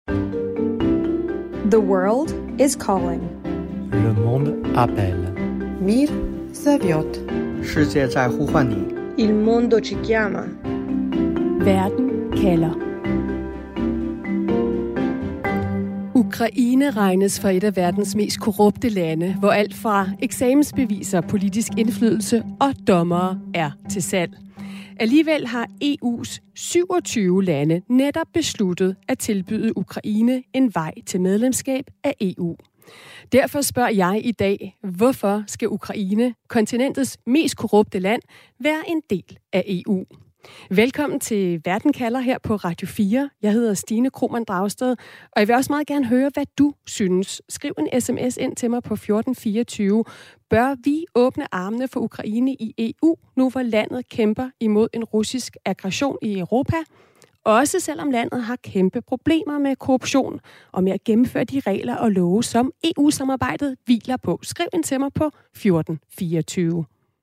The world is calling. Le monde appelle. Мир зовет. 世界在呼唤你。 Il mondo ci chiama. Verden kalder. Ukraine regnes for et af verdens mest korrupte lande, hvor alt fra eksamensbeviser, politisk indflydelse og dommere er til salg. Alligevel har EU's 27 lande netop besluttet at tilbyde Ukraine en vej til medlemskab af EU. Derfor spørger jeg i dag, hvorfor skal Ukraine, kontinentets mest korrupte land, være en del af EU? Velkommen til Verden kalder her på Radio 4. Jeg hedder Stine Krohmann Dragsted, og jeg vil også meget gerne høre, hvad du synes. Skriv en sms ind til mig på 1424. Bør vi åbne armene for Ukraine i EU, nu hvor landet kæmper imod en russisk aggression i Europa? Også selvom landet har kæmpe problemer med korruption og med at gennemføre de regler og love, som EU-samarbejdet hviler på. Skriv ind til mig på 1424.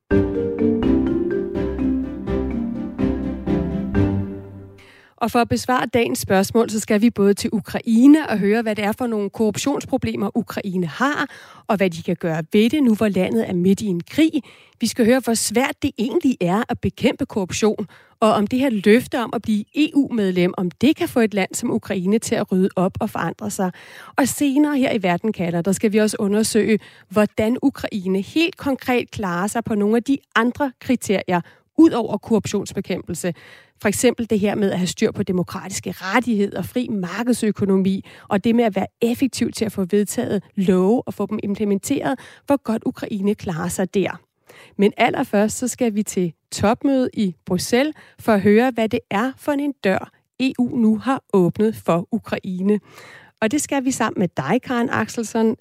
Og for at besvare dagens spørgsmål, så skal vi både til Ukraine og høre, hvad det er for nogle korruptionsproblemer, Ukraine har, og hvad de kan gøre ved det, nu hvor landet er midt i en krig. Vi skal høre, hvor svært det egentlig er at bekæmpe korruption, og om det her løfte om at blive EU-medlem, om det kan få et land som Ukraine til at rydde op og forandre sig. Og senere her i Verden kalder, der skal vi også undersøge, hvordan Ukraine helt konkret klarer sig på nogle af de andre kriterier, ud over korruptionsbekæmpelse. For eksempel det her med at have styr på demokratiske rettigheder, fri markedsøkonomi, og det med at være effektiv til at få vedtaget love og få dem implementeret, hvor godt Ukraine klarer sig der. Men allerførst så skal vi til topmøde i Bruxelles for at høre, hvad det er for en dør, EU nu har åbnet for Ukraine. Og det skal vi sammen med dig, Karen Axelsson,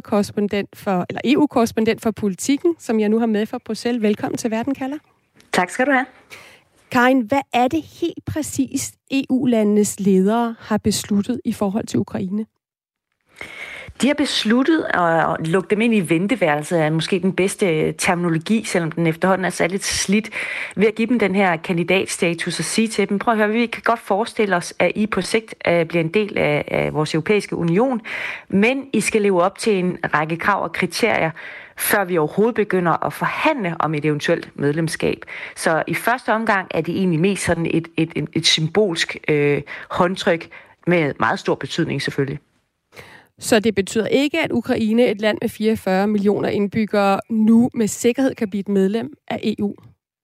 EU-korrespondent for Politikken, som jeg nu har med fra Bruxelles. Velkommen til Verden kalder. Tak skal du have. Karin, hvad er det helt præcist EU-landenes ledere har besluttet i forhold til Ukraine? De har besluttet at lukke dem ind i venteværelset, er måske den bedste terminologi, selvom den efterhånden er så lidt slidt, ved at give dem den her kandidatstatus og sige til dem, prøv at høre, vi kan godt forestille os, at I på sigt bliver en del af vores europæiske union, men I skal leve op til en række krav og kriterier, før vi overhovedet begynder at forhandle om et eventuelt medlemskab. Så i første omgang er det egentlig mest sådan et symbolsk håndtryk med meget stor betydning selvfølgelig. Så det betyder ikke, at Ukraine, et land med 44 millioner indbyggere, nu med sikkerhed kan blive et medlem af EU?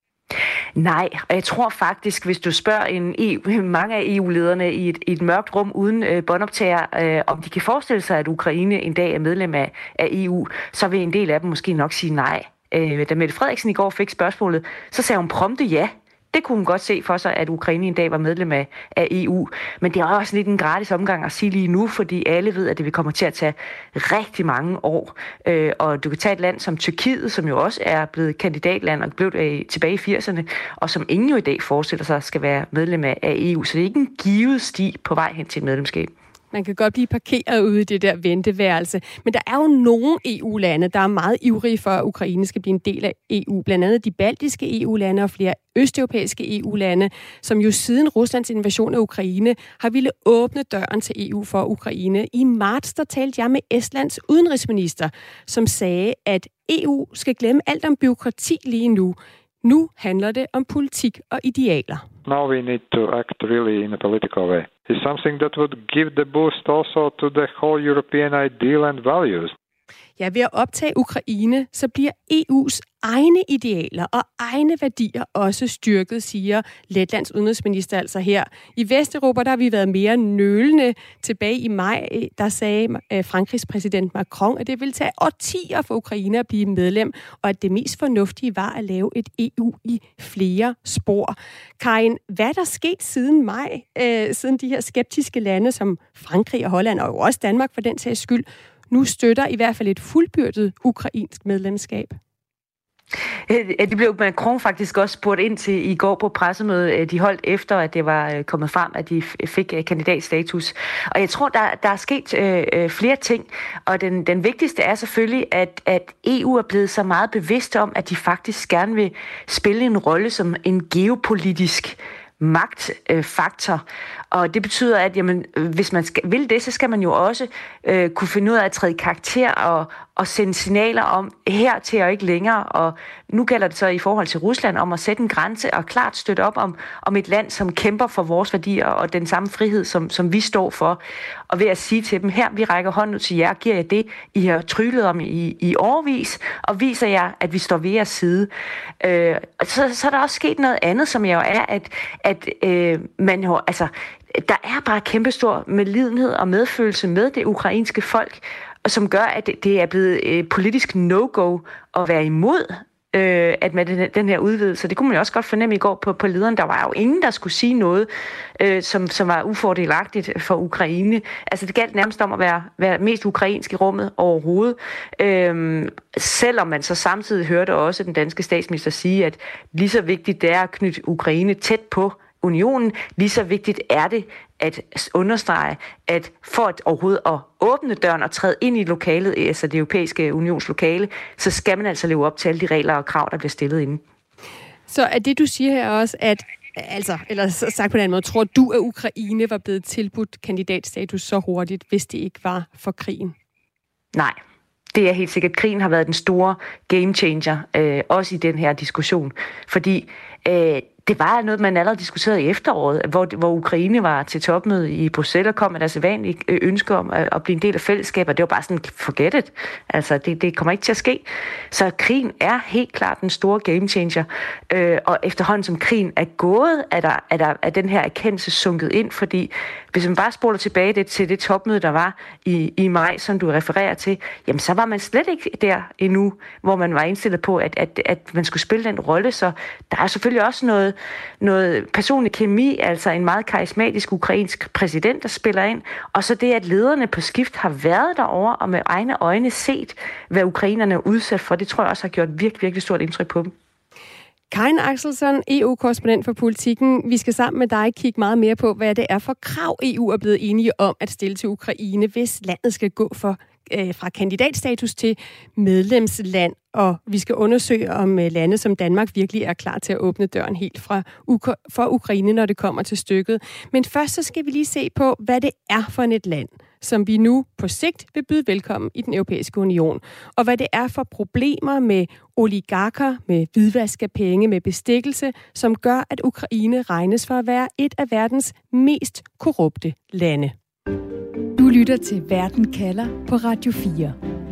Nej, og jeg tror faktisk, hvis du spørger mange af EU-lederne i et mørkt rum uden båndoptager, om de kan forestille sig, at Ukraine en dag er medlem af EU, så vil en del af dem måske nok sige nej. Da Mette Frederiksen i går fik spørgsmålet, så sagde hun prompte ja. Det kunne hun godt se for sig, at Ukraine en dag var medlem af EU. Men det er også lidt en gratis omgang at sige lige nu, fordi alle ved, at det vil komme til at tage rigtig mange år. Og du kan tage et land som Tyrkiet, som jo også er blevet kandidatland og blev tilbage i 80'erne, og som ingen jo i dag forestiller sig skal være medlem af EU. Så det er ikke en givet sti på vej hen til et medlemskab. Man kan godt blive parkeret ude i det der venteværelse. Men der er jo nogle EU-lande, der er meget ivrige for, at Ukraine skal blive en del af EU. Blandt andet de baltiske EU-lande og flere østeuropæiske EU-lande, som jo siden Ruslands invasion af Ukraine har ville åbne døren til EU for Ukraine. I marts der talte jeg med Estlands udenrigsminister, som sagde, at EU skal glemme alt om bureaukrati lige nu. Nu handler det om politik og idealer. Now we need to act really in a political way. It's something that would give the boost also to the whole European ideal and values. Ja, ved at optage Ukraine, så bliver EU's egne idealer og egne værdier også styrket, siger Letlands udenrigsminister altså her. I Vesteuropa, der har vi været mere nølende. Tilbage i maj, der sagde Frankrigs præsident Macron, at det ville tage årtier for Ukraine at blive medlem, og at det mest fornuftige var at lave et EU i flere spor. Karin, hvad er der sket siden maj, siden de her skeptiske lande som Frankrig og Holland, og jo også Danmark for den sags skyld, nu støtter i hvert fald et fuldbyrdet ukrainsk medlemskab? Det blev Macron faktisk også spurgt ind til i går på pressemødet, de holdt efter, at det var kommet frem, at de fik kandidatstatus. Og jeg tror, der er sket flere ting, og den vigtigste er selvfølgelig, at EU er blevet så meget bevidst om, at de faktisk gerne vil spille en rolle som en geopolitisk magtfaktor. Og det betyder, at jamen, hvis man vil det, så skal man jo også kunne finde ud af at træde i karakter og sende signaler om hertil og ikke længere. Og nu gælder det så i forhold til Rusland om at sætte en grænse og klart støtte op om et land, som kæmper for vores værdier og den samme frihed, som vi står for. Og ved at sige til dem, her vi rækker hånden ud til jer, giver jeg det, I har tryglet om i årevis, og viser jer, at vi står ved jeres side. Så er der også sket noget andet, som jo er, at man jo, altså, der er bare kæmpestor medlidenhed og medfølelse med det ukrainske folk, som gør, at det er blevet politisk no-go at være imod at med den her udvidelse. Det kunne man jo også godt fornemme i går på lederen. Der var jo ingen, der skulle sige noget, som var ufordelagtigt for Ukraine. Altså det galt nærmest om at være mest ukrainsk i rummet overhovedet. Selvom man så samtidig hørte også den danske statsminister sige, at lige så vigtigt det er at knytte Ukraine tæt på unionen, lige så vigtigt er det at understrege, at for at overhovedet at åbne døren og træde ind i lokalet, altså det europæiske unionslokale, så skal man altså leve op til alle de regler og krav, der bliver stillet inde. Så er det, du siger her også, at, altså, eller sagt på den måde, tror du, at Ukraine var blevet tilbudt kandidatstatus så hurtigt, hvis det ikke var for krigen? Nej. Det er helt sikkert. Krigen har været den store game changer, også i den her diskussion. Fordi det var noget, man allerede diskuterede i efteråret, hvor Ukraine var til topmøde i Bruxelles og kom med deres sædvanlige ønske om at blive en del af fællesskabet. Det var bare sådan, forget it. Altså, det kommer ikke til at ske. Så krigen er helt klart den store game changer. Og efterhånden som krigen er gået, er den her erkendelse sunket ind, fordi hvis man bare spoler tilbage til det topmøde, der var i maj, som du refererer til, jamen så var man slet ikke der endnu, hvor man var indstillet på, at man skulle spille den rolle. Så der er selvfølgelig også noget personlig kemi, altså en meget karismatisk ukrainsk præsident, der spiller ind, og så det, at lederne på skift har været derovre og med egne øjne set, hvad ukrainerne er udsat for, det tror jeg også har gjort virkelig, virkelig stort indtryk på dem. Karin Axelsson, EU-korrespondent for Politikken. Vi skal sammen med dig kigge meget mere på, hvad det er for krav, EU er blevet enige om at stille til Ukraine, hvis landet skal gå fra kandidatstatus til medlemsland. Og vi skal undersøge, om lande som Danmark virkelig er klar til at åbne døren helt for Ukraine, når det kommer til stykket. Men først så skal vi lige se på, hvad det er for et land, som vi nu på sigt vil byde velkommen i den europæiske union. Og hvad det er for problemer med oligarker, med hvidvask af penge, med bestikkelse, som gør, at Ukraine regnes for at være et af verdens mest korrupte lande. Du lytter til Verden kalder på Radio 4.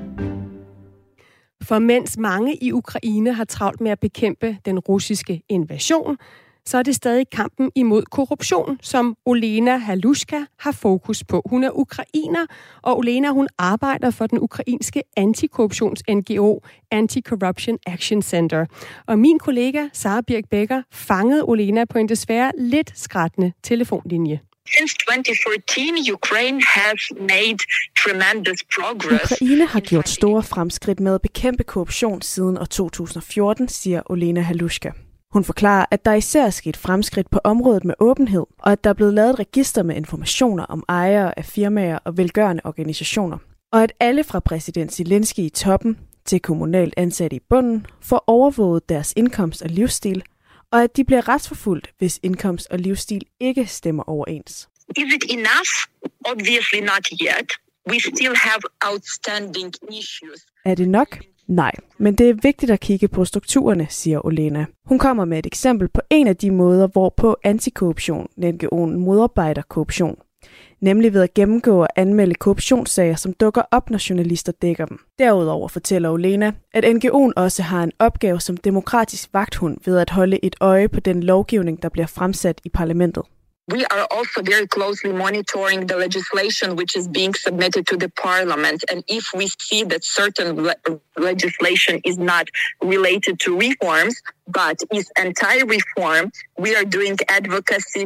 For mens mange i Ukraine har travlt med at bekæmpe den russiske invasion, så er det stadig kampen imod korruption, som Olena Halushka har fokus på. Hun er ukrainer, og Olena hun arbejder for den ukrainske antikorruptions-NGO Anti-Corruption Action Center. Og min kollega Sara Birk Becker fangede Olena på en desværre lidt skrattende telefonlinje. Since 2014, Ukraine has made tremendous progress. Ukraine har gjort store fremskridt med at bekæmpe korruption siden år 2014, siger Olena Halushka. Hun forklarer, at der især er sket fremskridt på området med åbenhed, og at der er blevet lavet et register med informationer om ejere af firmaer og velgørende organisationer. Og at alle fra præsident Zelensky i toppen til kommunalt ansatte i bunden får overvåget deres indkomst og livsstil, og at de bliver retsforfulgt, hvis indkomst og livsstil ikke stemmer overens. Is it enough? Obviously not yet. We still have outstanding issues. Er det nok? Nej, men det er vigtigt at kigge på strukturerne, siger Olena. Hun kommer med et eksempel på en af de måder, hvorpå antikorruption, NGO'en, modarbejder korruption. Nemlig ved at gennemgå og anmelde korruptionssager, som dukker op, når journalister dækker dem. Derudover fortæller Olena, at NGO'en også har en opgave som demokratisk vagthund ved at holde et øje på den lovgivning, der bliver fremsat i parlamentet. We are also very closely monitoring the legislation which is being submitted to the parliament. And if we see that certain legislation is not related to reforms, but is anti-reform, we are doing advocacy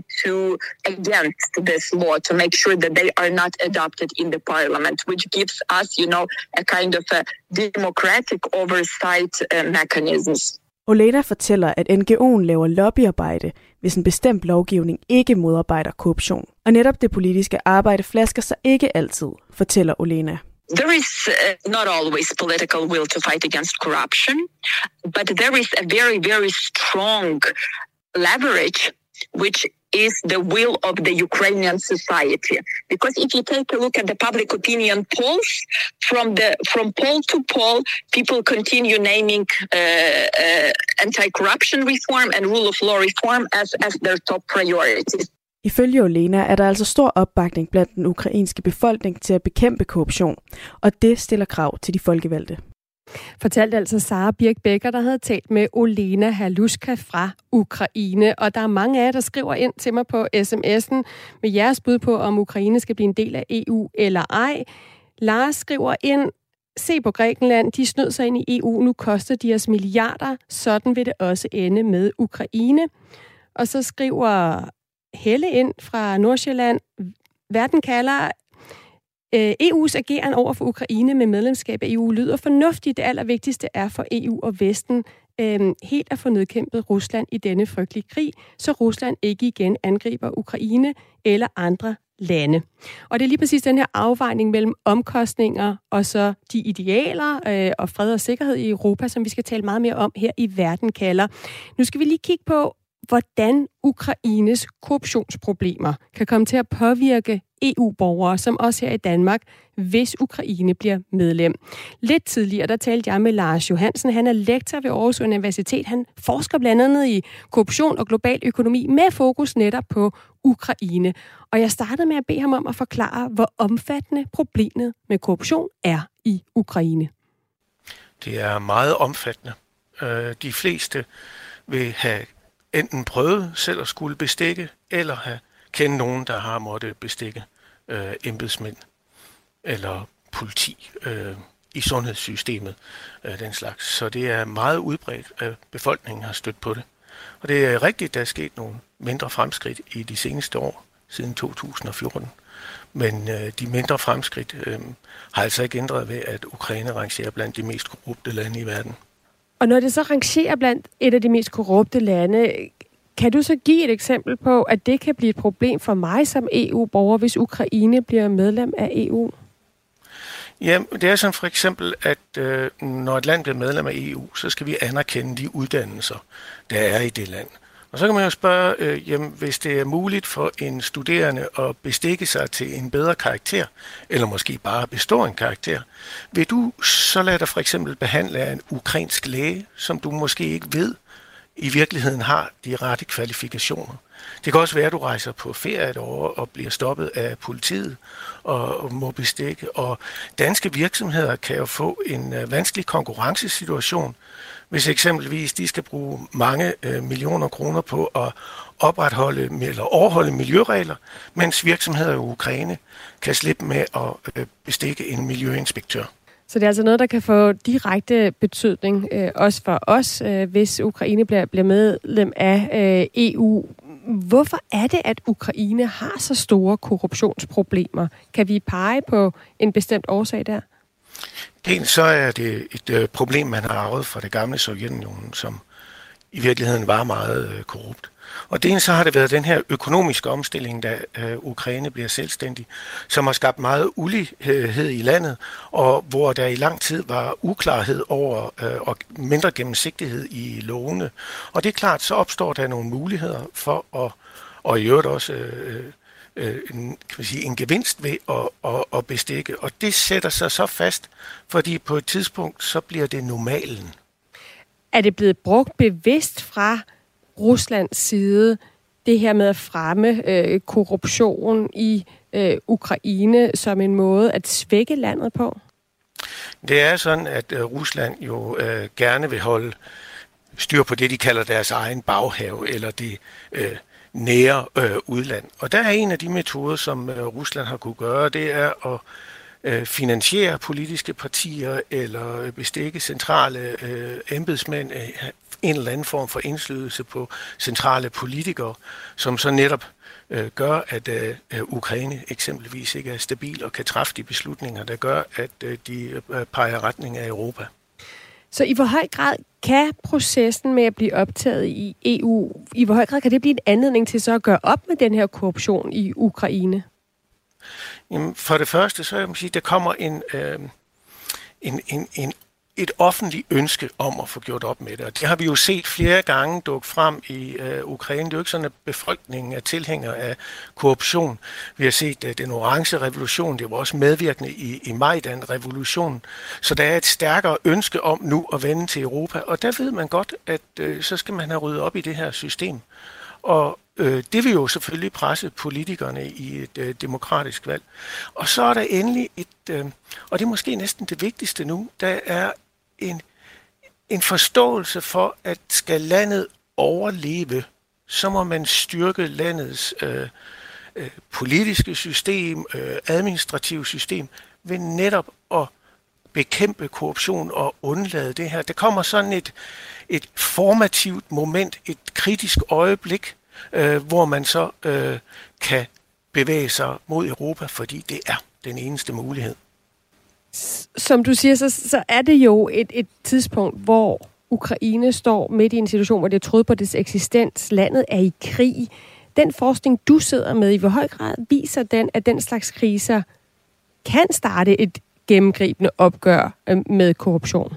against this law to make sure that they are not adopted in the parliament, which gives us, a kind of a democratic oversight mechanisms. Olena fortæller, at NGO'en laver lobbyarbejde, hvis en bestemt lovgivning ikke modarbejder korruption. Og netop det politiske arbejde flasker sig ikke altid, fortæller Olena. There is not always political will to fight against corruption, but there is a very, very strong leverage which is the will of the Ukrainian society. Because if you take a look at the public opinion polls, from poll to poll, people continue naming anti-corruption reform and rule of law reform as their top priorities. Ifølge Olena er der altså stor opbakning blandt den ukrainske befolkning til at bekæmpe korruption, og det stiller krav til de folkevalgte. Fortalte altså Sara Birk Becker, der havde talt med Olena Halushka fra Ukraine. Og der er mange af jer, der skriver ind til mig på sms'en med jeres bud på, om Ukraine skal blive en del af EU eller ej. Lars skriver ind: se på Grækenland, de snød sig ind i EU, nu koster de os milliarder. Sådan vil det også ende med Ukraine. Og så skriver Helle ind fra Nordsjælland: verden kalder. EU's ageren over for Ukraine med medlemskab af EU lyder fornuftigt. Det allervigtigste er for EU og Vesten helt at få nedkæmpet Rusland i denne frygtelige krig, så Rusland ikke igen angriber Ukraine eller andre lande. Og det er lige præcis den her afvejning mellem omkostninger og så de idealer og fred og sikkerhed i Europa, som vi skal tale meget mere om her i Verden kalder. Nu skal vi lige kigge på, hvordan Ukraines korruptionsproblemer kan komme til at påvirke EU-borgere, som også her i Danmark, hvis Ukraine bliver medlem. Lidt tidligere, der talte jeg med Lars Johansen. Han er lektor ved Aarhus Universitet. Han forsker blandt andet i korruption og global økonomi med fokus netop på Ukraine. Og jeg startede med at bede ham om at forklare, hvor omfattende problemet med korruption er i Ukraine. Det er meget omfattende. De fleste vil have enten prøvet selv at skulle bestikke, eller have kendt nogen, der har måttet bestikke embedsmænd eller politi i sundhedssystemet, den slags. Så det er meget udbredt, at befolkningen har stødt på det. Og det er rigtigt, der er sket nogle mindre fremskridt i de seneste år, siden 2014. Men de mindre fremskridt har altså ikke ændret ved, at Ukraine rangerer blandt de mest korrupte lande i verden. Og når det så rangerer blandt et af de mest korrupte lande, kan du så give et eksempel på, at det kan blive et problem for mig som EU-borger, hvis Ukraine bliver medlem af EU? Ja, det er sådan for eksempel, at når et land bliver medlem af EU, så skal vi anerkende de uddannelser, der er i det land. Og så kan man jo spørge, hvis det er muligt for en studerende at bestikke sig til en bedre karakter, eller måske bare bestå en karakter, vil du så lade dig for eksempel behandle af en ukrainsk læge, som du måske ikke ved i virkeligheden har de rette kvalifikationer. Det kan også være, at du rejser på ferie et år og bliver stoppet af politiet og må bestikke. Og danske virksomheder kan jo få en vanskelig konkurrencesituation, hvis eksempelvis de skal bruge mange millioner kroner på at opretholde eller overholde miljøregler, mens virksomheder i Ukraine kan slippe med at bestikke en miljøinspektør. Så det er altså noget, der kan få direkte betydning, også for os, hvis Ukraine bliver medlem af EU. Hvorfor er det, at Ukraine har så store korruptionsproblemer? Kan vi pege på en bestemt årsag der? Dels så er det et problem, man har arvet fra det gamle Sovjetunionen, som i virkeligheden var meget korrupt. Og dels så har det været den her økonomiske omstilling, da Ukraine bliver selvstændig, som har skabt meget ulighed i landet, og hvor der i lang tid var uklarhed over og mindre gennemsigtighed i lovene. Og det er klart, så opstår der nogle muligheder for og i øvrigt også en gevinst ved at bestikke. Og det sætter sig så fast, fordi på et tidspunkt, så bliver det normalen. Er det blevet brugt bevidst fra Ruslands side, det her med at fremme korruption i Ukraine som en måde at svække landet på? Det er sådan, at Rusland jo gerne vil holde styr på det, de kalder deres egen baghave, eller det nære udland. Og der er en af de metoder, som Rusland har kunne gøre, det er at finansiere politiske partier eller bestikke centrale embedsmænd en eller anden form for indflydelse på centrale politikere, som så netop gør, at Ukraine eksempelvis ikke er stabil og kan træffe de beslutninger, der gør, at de peger retning af Europa. Så i hvor høj grad kan processen med at blive optaget i EU, i hvor høj grad kan det blive en anledning til så at gøre op med den her korruption i Ukraine? Jamen, for det første, så jeg må sige, der kommer et offentligt ønske om at få gjort op med det. Og det har vi jo set flere gange dukke frem i Ukraine. Det er jo ikke sådan, at befolkningen er tilhænger af korruption. Vi har set den orange revolution, det var også medvirkende i Majdan-revolutionen. Så der er et stærkere ønske om nu at vende til Europa. Og der ved man godt, at så skal man have ryddet op i det her system. Og det vil jo selvfølgelig presse politikerne i et demokratisk valg. Og så er der endelig og det er måske næsten det vigtigste nu, der er en forståelse for, at skal landet overleve, så må man styrke landets politiske system, administrative system, ved netop at bekæmpe korruption og undlade det her. Der kommer sådan et formativt moment, et kritisk øjeblik, hvor man så kan bevæge sig mod Europa, fordi det er den eneste mulighed. Som du siger, så er det jo et tidspunkt, hvor Ukraine står midt i en situation, hvor det er troet på dets eksistens. Landet er i krig. Den forskning, du sidder med, i hvor høj grad viser den, at den slags kriser kan starte et gennemgribende opgør med korruption?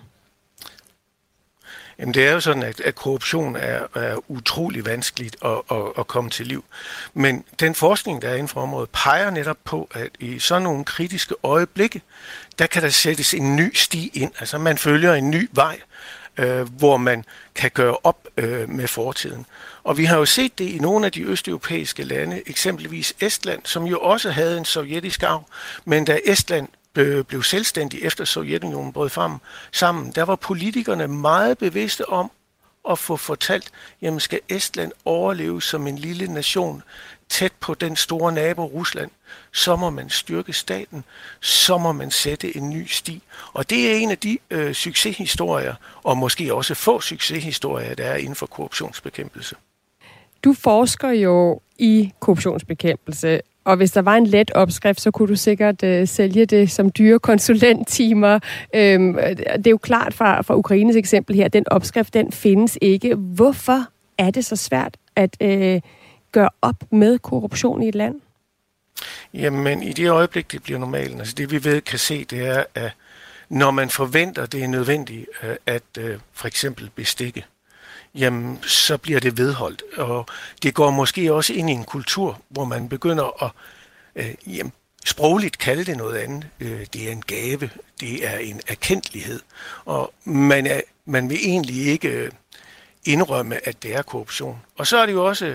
Jamen, det er jo sådan, at korruption er utrolig vanskeligt at komme til liv. Men den forskning, der er inden for området, peger netop på, at i sådan nogle kritiske øjeblikke, der kan der sættes en ny sti ind. Altså man følger en ny vej, hvor man kan gøre op med fortiden. Og vi har jo set det i nogle af de østeuropæiske lande, eksempelvis Estland, som jo også havde en sovjetisk arv, men da Estland blev selvstændig efter Sovjetunionen brød sammen, der var politikerne meget bevidste om at få fortalt, jamen skal Estland overleve som en lille nation tæt på den store nabo Rusland, så må man styrke staten, så må man sætte en ny sti. Og det er en af de succeshistorier, og måske også få succeshistorier, der er inden for korruptionsbekæmpelse. Du forsker jo i korruptionsbekæmpelse, og hvis der var en let opskrift, så kunne du sikkert sælge det som dyre konsulenttimer. Det er jo klart fra Ukraines eksempel her, den opskrift, den findes ikke. Hvorfor er det så svært at gøre op med korruption i et land? Jamen, i det øjeblik, det bliver normalt. Altså det, vi ved kan se, det er, at når man forventer, det er nødvendigt at for eksempel bestikke, jamen, så bliver det vedholdt. Og det går måske også ind i en kultur, hvor man begynder at sprogligt kalde det noget andet. Det er en gave, det er en erkendelighed, og man vil egentlig ikke indrømme, at det er korruption. Og så er det jo også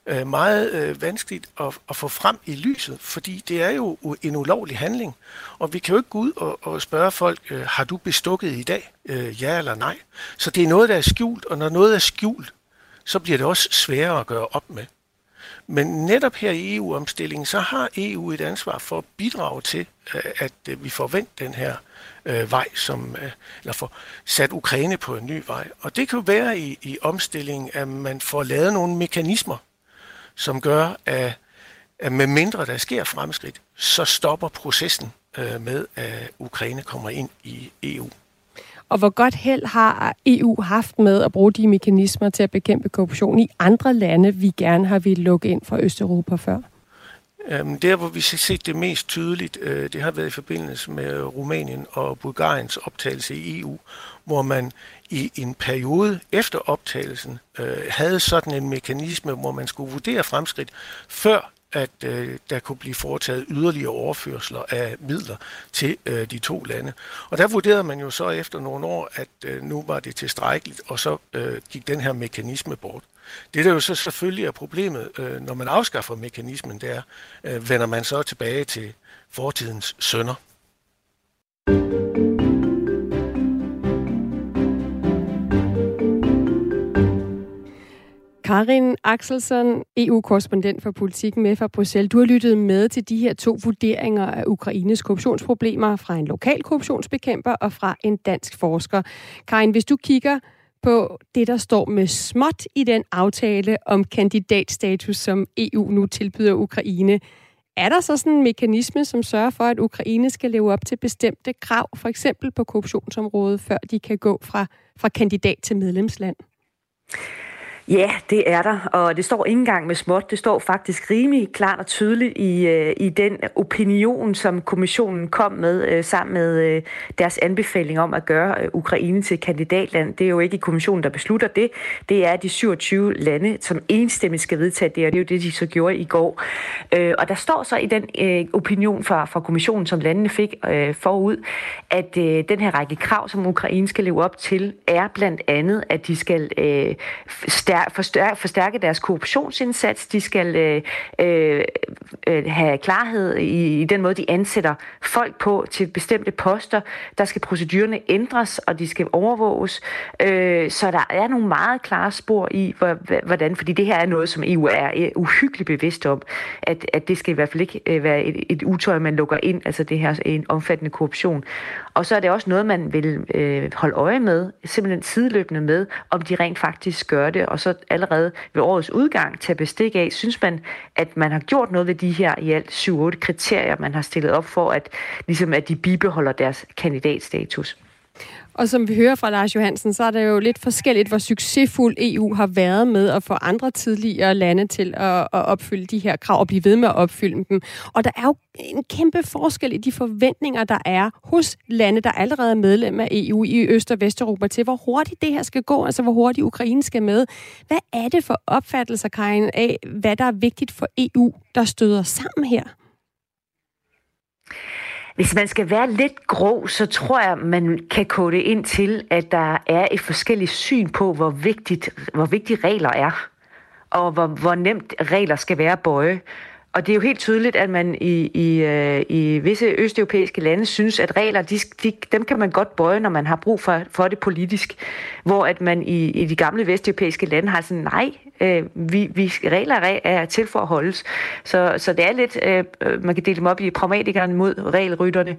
meget vanskeligt at få frem i lyset, fordi det er jo en ulovlig handling. Og vi kan jo ikke gå ud og spørge folk, har du bestukket i dag? Ja eller nej? Så det er noget, der er skjult, og når noget er skjult, så bliver det også sværere at gøre op med. Men netop her i EU-omstillingen, så har EU et ansvar for at bidrage til, at vi får vendt den her vej, eller får sat Ukraine på en ny vej. Og det kan jo være i omstillingen, at man får lavet nogle mekanismer, som gør, at med mindre der sker fremskridt, så stopper processen med, at Ukraine kommer ind i EU. Og hvor godt held har EU haft med at bruge de mekanismer til at bekæmpe korruption i andre lande, vi gerne har ville lukke ind fra Østeuropa før? Der, hvor vi har set det mest tydeligt, det har været i forbindelse med Rumænien og Bulgariens optagelse i EU, hvor man i en periode efter optagelsen havde sådan en mekanisme, hvor man skulle vurdere fremskridt, før at der kunne blive foretaget yderligere overførsler af midler til de to lande. Og der vurderede man jo så efter nogle år, at nu var det tilstrækkeligt, og så gik den her mekanisme bort. Det der jo så selvfølgelig er problemet, når man afskaffer mekanismen, det er, vender man så tilbage til fortidens synder. Karin Axelsson, EU-korrespondent for Politikken med fra Bruxelles. Du har lyttet med til de her to vurderinger af Ukraines korruptionsproblemer fra en lokal korruptionsbekæmper og fra en dansk forsker. Karin, hvis du kigger på det, der står med småt i den aftale om kandidatstatus, som EU nu tilbyder Ukraine, er der så sådan en mekanisme, som sørger for, at Ukraine skal leve op til bestemte krav, for eksempel på korruptionsområdet, før de kan gå fra kandidat til medlemsland? Ja, det er der, og det står ikke engang med småt. Det står faktisk rimelig klart og tydeligt i den opinion, som kommissionen kom med sammen med deres anbefaling om at gøre Ukraine til kandidatland. Det er jo ikke kommissionen, der beslutter det. Det er de 27 lande, som enstemmigt skal vedtage det, og det er jo det, de så gjorde i går. Og der står så i den opinion fra kommissionen, som landene fik forud, at den her række krav, som Ukraine skal leve op til, er blandt andet, at de skal forstærke deres korruptionsindsats. De skal have klarhed i den måde, de ansætter folk på til bestemte poster. Der skal procedurerne ændres, og de skal overvåges. Så der er nogle meget klare spor i, hvordan, fordi det her er noget, som EU er uhyggeligt bevidst om, at det skal i hvert fald ikke være et utøj, man lukker ind, altså det her en omfattende korruption. Og så er det også noget, man vil holde øje med, simpelthen sideløbende med, om de rent faktisk gør det, og så allerede ved årets udgang tage bestik af, synes man, at man har gjort noget ved de her i alt 7-8 kriterier, man har stillet op for, at de bibeholder deres kandidatstatus. Og som vi hører fra Lars Johansen, så er det jo lidt forskelligt, hvor succesfuld EU har været med at få andre tidligere lande til at opfylde de her krav og blive ved med at opfylde dem. Og der er jo en kæmpe forskel i de forventninger, der er hos lande, der allerede er medlem af EU i Øst- og Vesteuropa til, hvor hurtigt det her skal gå, altså hvor hurtigt Ukraine skal med. Hvad er det for opfattelser, Karin, af, hvad der er vigtigt for EU, der støder sammen her? Hvis man skal være lidt grov, så tror jeg, man kan kode det ind til, at der er et forskelligt syn på, hvor vigtige regler er, og hvor nemt regler skal være at bøje. Og det er jo helt tydeligt, at man i visse østeuropæiske lande synes, at regler, dem kan man godt bøje, når man har brug for det politisk. Hvor at man i de gamle vesteuropæiske lande har sådan, nej, regler er til for at holdes. Så det er lidt, man kan dele dem op i pragmatikerne mod regelrytterne.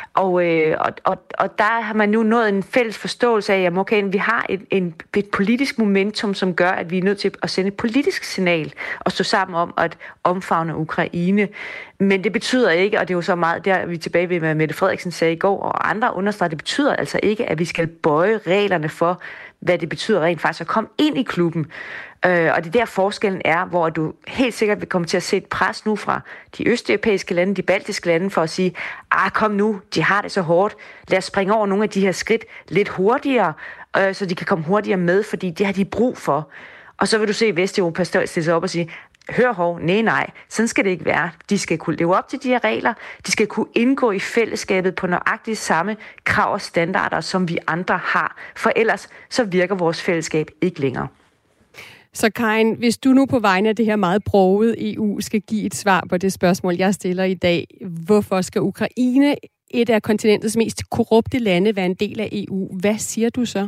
Og der har man nu nået en fælles forståelse af, at okay, vi har et politisk momentum, som gør, at vi er nødt til at sende et politisk signal og stå sammen om at omfavne Ukraine. Men det betyder ikke, og det er jo så meget, der vi tilbage ved, hvad Mette Frederiksen sagde i går, og andre understreger, det betyder altså ikke, at vi skal bøje reglerne for, hvad det betyder rent faktisk at komme ind i klubben. Og det er der forskellen er, hvor du helt sikkert vil komme til at se et pres nu fra de østeuropæiske lande, de baltiske lande, for at sige, kom nu, de har det så hårdt, lad os springe over nogle af de her skridt lidt hurtigere, så de kan komme hurtigere med, fordi det har de brug for. Og så vil du se Vesteuropa stille sig op og sige, hør hov, nej, sådan skal det ikke være. De skal kunne leve op til de her regler, de skal kunne indgå i fællesskabet på nøjagtigt samme krav og standarder, som vi andre har, for ellers så virker vores fællesskab ikke længere. Så Karin, hvis du nu på vegne af det her meget brogede EU skal give et svar på det spørgsmål, jeg stiller i dag, hvorfor skal Ukraine, et af kontinentets mest korrupte lande, være en del af EU? Hvad siger du så?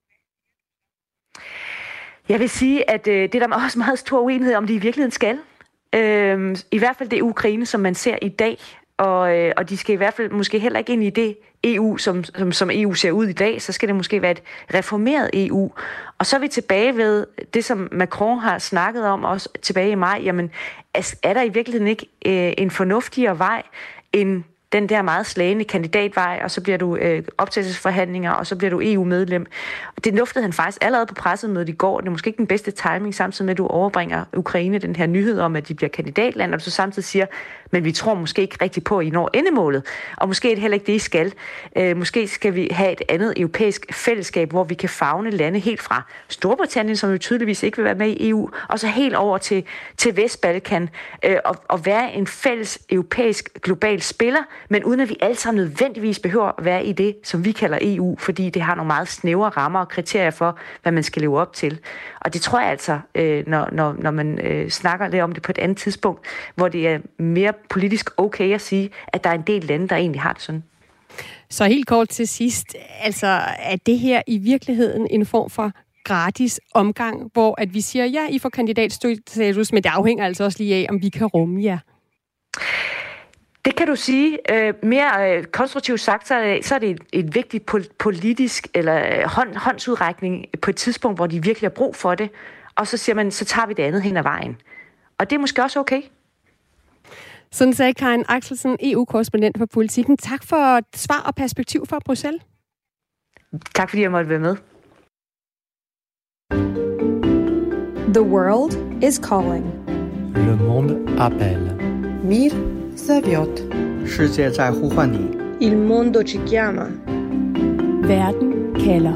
Jeg vil sige, at det er der også meget stor uenighed om, de i virkeligheden skal. I hvert fald det Ukraine, som man ser i dag. Og de skal i hvert fald måske heller ikke ind i det EU, som EU ser ud i dag. Så skal det måske være et reformeret EU. Og så er vi tilbage ved det, som Macron har snakket om også tilbage i maj. Jamen, er der i virkeligheden ikke en fornuftigere vej end den der meget slagende kandidatvej, og så bliver du optagelsesforhandlinger, og så bliver du EU-medlem. Det luftede han faktisk allerede på pressemødet i går. Det er måske ikke den bedste timing, samtidig med, at du overbringer Ukraine den her nyhed om, at de bliver kandidatland, og du så samtidig siger, men vi tror måske ikke rigtigt på, at I når endemålet. Og måske er det heller ikke det, I skal. Måske skal vi have et andet europæisk fællesskab, hvor vi kan favne lande helt fra Storbritannien, som jo tydeligvis ikke vil være med i EU, og så helt over til Vestbalkan, og være en fælles europæisk global spiller, men uden at vi alle sammen nødvendigvis behøver at være i det, som vi kalder EU, fordi det har nogle meget snævre rammer og kriterier for, hvad man skal leve op til. Og det tror jeg altså, når man snakker lidt om det på et andet tidspunkt, hvor det er mere politisk okay at sige, at der er en del lande, der egentlig har det sådan. Så helt kort til sidst, altså er det her i virkeligheden en form for gratis omgang, hvor at vi siger, ja, I får kandidatstatus, men det afhænger altså også lige af, om vi kan rumme jer? Det kan du sige. Mere konstruktivt sagt, så er det et vigtigt politisk eller håndsudrækning på et tidspunkt, hvor de virkelig har brug for det. Og så siger man, så tager vi det andet hen ad vejen. Og det er måske også okay. Sådan sagde Karin Axelsen, EU-korrespondent for Politikken. Tak for svar og perspektiv fra Bruxelles. Tak fordi jeg måtte være med. The world is calling. Le monde appelle. Мир зовет. 世界在呼唤你。 Il mondo ci chiama. Verden kalder.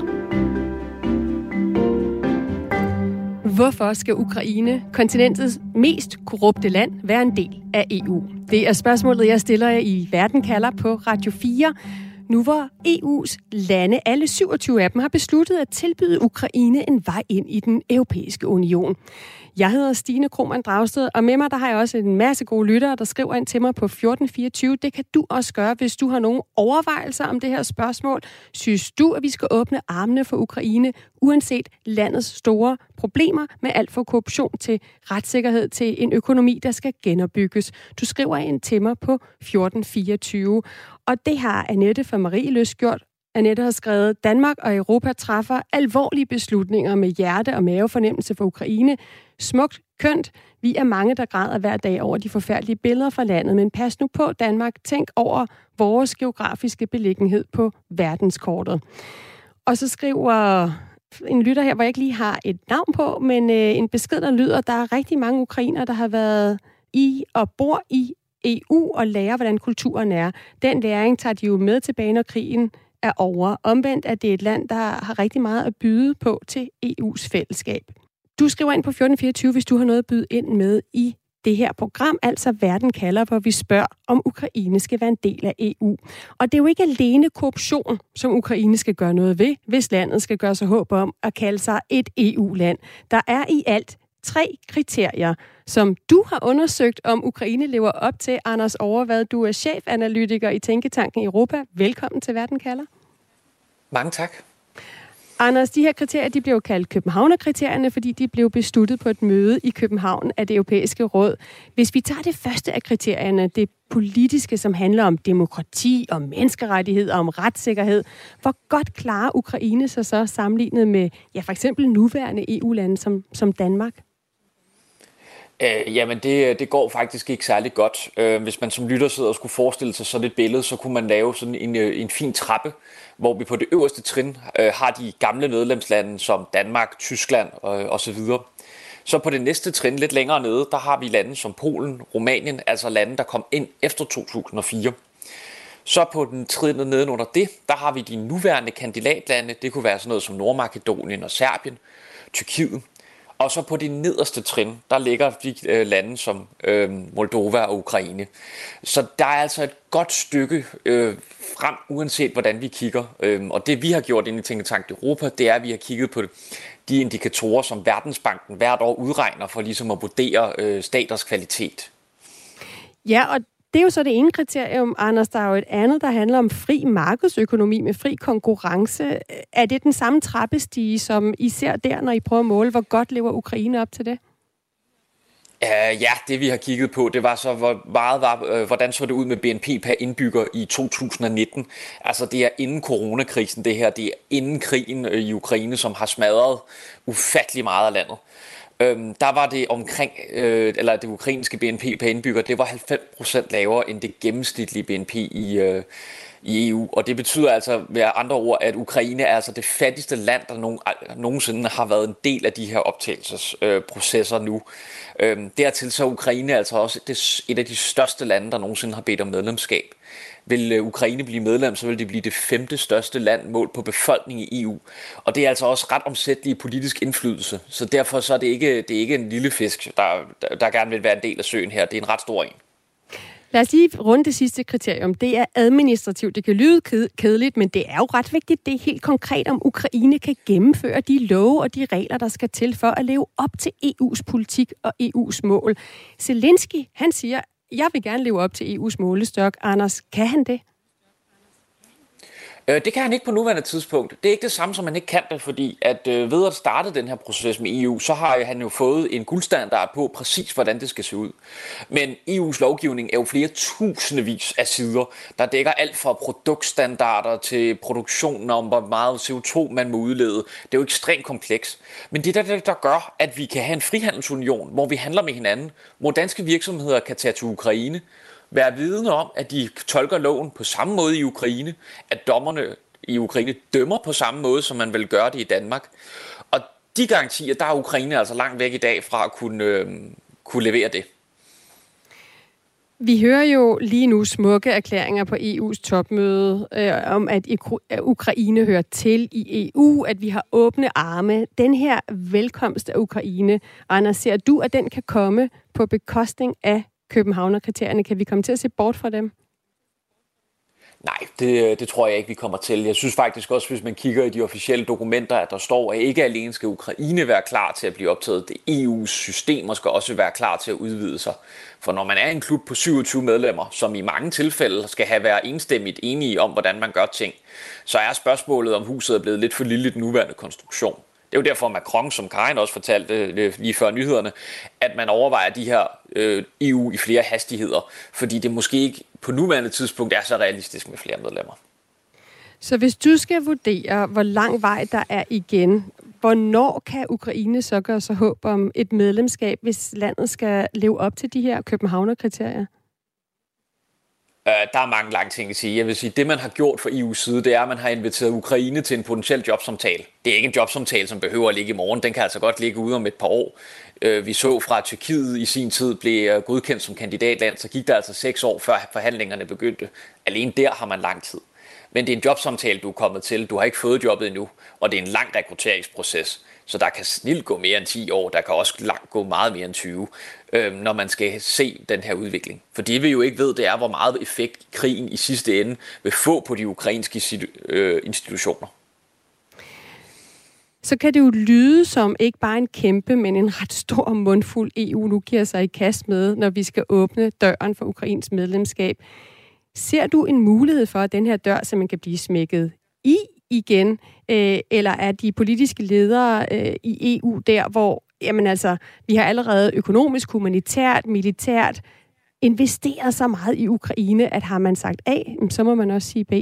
Hvorfor skal Ukraine, kontinentets mest korrupte land, være en del af EU? Det er spørgsmålet, jeg stiller jer i Verden kalder på Radio 4. Nu hvor EU's lande, alle 27 af dem, har besluttet at tilbyde Ukraine en vej ind i den europæiske union. Jeg hedder Stine Krohmann Dragsted, og med mig der har jeg også en masse gode lyttere, der skriver ind til mig på 1424. Det kan du også gøre, hvis du har nogle overvejelser om det her spørgsmål. Synes du, at vi skal åbne armene for Ukraine, uanset landets store problemer med alt fra korruption til retssikkerhed til en økonomi, der skal genopbygges? Du skriver ind til mig på 1424. Og det har Annette fra Marielyst gjort. Annette har skrevet, Danmark og Europa træffer alvorlige beslutninger med hjerte og mavefornemmelse for Ukraine. Smukt, kønt. Vi er mange, der græder hver dag over de forfærdelige billeder fra landet. Men pas nu på, Danmark. Tænk over vores geografiske beliggenhed på verdenskortet. Og så skriver en lytter her, hvor jeg ikke lige har et navn på, men en besked, der lyder, der er rigtig mange ukrainere, der har været i og bor i EU og lærer, hvordan kulturen er. Den læring tager de jo med tilbage, når krigen er over. Omvendt er det et land, der har rigtig meget at byde på til EU's fællesskab. Du skriver ind på 1424, hvis du har noget at byde ind med i det her program, altså Verden kalder, hvor vi spørger, om Ukraine skal være en del af EU. Og det er jo ikke alene korruption, som Ukraine skal gøre noget ved, hvis landet skal gøre sig håb om at kalde sig et EU-land. Der er i alt 3 kriterier, som du har undersøgt, om Ukraine lever op til. Anders Overvad, du er chefanalytiker i Tænketanken Europa. Velkommen til Verden kalder. Mange tak. Anders, de her kriterier, de blev kaldt Københavner-kriterierne, fordi de blev besluttet på et møde i København af det europæiske råd. Hvis vi tager det første af kriterierne, det politiske, som handler om demokrati, om menneskerettigheder, om retssikkerhed, hvor godt klarer Ukraine sig så sammenlignet med for eksempel nuværende EU-lande som Danmark? Jamen, det går faktisk ikke særlig godt. Hvis man som lytter sidder og skulle forestille sig sådan et billede, så kunne man lave sådan en fin trappe, hvor vi på det øverste trin har de gamle medlemslande som Danmark, Tyskland og så videre. Så på det næste trin, lidt længere nede, der har vi lande som Polen, Rumænien, altså lande, der kom ind efter 2004. Så på den trin nedenunder det, der har vi de nuværende kandidatlande. Det kunne være sådan noget som Nordmakedonien og Serbien, Tyrkiet. Og så på det nederste trin, der ligger de lande som Moldova og Ukraine. Så der er altså et godt stykke frem, uanset hvordan vi kigger. Og det vi har gjort inde i Tænketanken Europa, det er, at vi har kigget på de indikatorer, som Verdensbanken hvert år udregner for ligesom at vurdere staters kvalitet. Ja, og det er jo så det ene kriterium, Anders. Der er jo et andet, der handler om fri markedsøkonomi med fri konkurrence. Er det den samme trappestige, som I ser der, når I prøver at måle, hvor godt lever Ukraine op til det? Ja, det vi har kigget på, det var så, hvordan så det ud med BNP per indbygger i 2019. Altså det er inden coronakrisen det her, det er inden krigen i Ukraine, som har smadret ufattelig meget af landet. Der var det omkring, eller det ukrainske BNP per indbygger, det var 90% lavere end det gennemsnitlige BNP i EU. Og det betyder altså med andre ord, at Ukraine er altså det fattigste land, der nogensinde har været en del af de her optagelsesprocesser nu. Dertil så er Ukraine altså også et af de største lande, der nogensinde har bedt om medlemskab. Vil Ukraine blive medlem, så vil det blive det 5. største land målt på befolkning i EU. Og det er altså også ret omsættelig politisk indflydelse. Så derfor så er det ikke en lille fisk, der gerne vil være en del af søen her. Det er en ret stor en. Lad os lige runde det sidste kriterium. Det er administrativt. Det kan lyde kedeligt, men det er jo ret vigtigt. Det er helt konkret, om Ukraine kan gennemføre de love og de regler, der skal til for at leve op til EU's politik og EU's mål. Zelensky, han siger, jeg vil gerne leve op til EU's målestok. Anders, kan han det? Det kan han ikke på nuværende tidspunkt. Det er ikke det samme, som han ikke kan det, fordi at ved at starte den her proces med EU, så har han jo fået en guldstandard på præcis, hvordan det skal se ud. Men EU's lovgivning er jo flere tusindvis af sider, der dækker alt fra produktstandarder til produktionen om, hvor meget CO2 man må udlede. Det er jo ekstremt kompleks. Men det er det, der gør, at vi kan have en frihandelsunion, hvor vi handler med hinanden, hvor danske virksomheder kan tage til Ukraine, være vidne om, at de tolker loven på samme måde i Ukraine, at dommerne i Ukraine dømmer på samme måde, som man vil gøre det i Danmark. Og de garantier, der er Ukraine altså langt væk i dag fra at kunne levere det. Vi hører jo lige nu smukke erklæringer på EU's topmøde om, at Ukraine hører til i EU, at vi har åbne arme. Den her velkomst af Ukraine, Anders, ser du, at den kan komme på bekostning af Københavner-kriterierne? Kan vi komme til at se bort fra dem? Nej, det tror jeg ikke, vi kommer til. Jeg synes faktisk også, hvis man kigger i de officielle dokumenter, at der står, at ikke alene skal Ukraine være klar til at blive optaget. Det EU's systemer skal også være klar til at udvide sig. For når man er en klub på 27 medlemmer, som i mange tilfælde skal have været enstemmigt enige om, hvordan man gør ting, så er spørgsmålet, om huset er blevet lidt for lille i den nuværende konstruktion. Det er jo derfor, Macron, som Karin også fortalte lige før nyhederne, at man overvejer de her EU i flere hastigheder, fordi det måske ikke på nuværende tidspunkt er så realistisk med flere medlemmer. Så hvis du skal vurdere, hvor lang vej der er igen, hvornår kan Ukraine så gøre sig håb om et medlemskab, hvis landet skal leve op til de her Københavner-kriterier? Der er mange lange ting at sige. Jeg vil sige, det man har gjort fra EU's side, det er, at man har inviteret Ukraine til en potentiel jobsamtale. Det er ikke en jobsamtale, som behøver at ligge i morgen. Den kan altså godt ligge ude om et par år. Vi så fra Tyrkiet i sin tid blev godkendt som kandidatland, så gik der altså 6 år før forhandlingerne begyndte. Alene der har man lang tid. Men det er en jobsamtale, du er kommet til. Du har ikke fået jobbet endnu, og det er en lang rekrutteringsproces. Så der kan snilt gå mere end 10 år, der kan også langt gå meget mere end 20, når man skal se den her udvikling. For det vi jo ikke ved, det er, hvor meget effekt krigen i sidste ende vil få på de ukrainske institutioner. Så kan det jo lyde som ikke bare en kæmpe, men en ret stor mundfuld EU nu giver sig i kast med, når vi skal åbne døren for Ukrains medlemskab. Ser du en mulighed for, at den her dør simpelthen kan blive smækket i igen, eller er de politiske ledere i EU der, hvor jamen altså, vi har allerede økonomisk, humanitært, militært investeret så meget i Ukraine, at har man sagt A, så må man også sige B?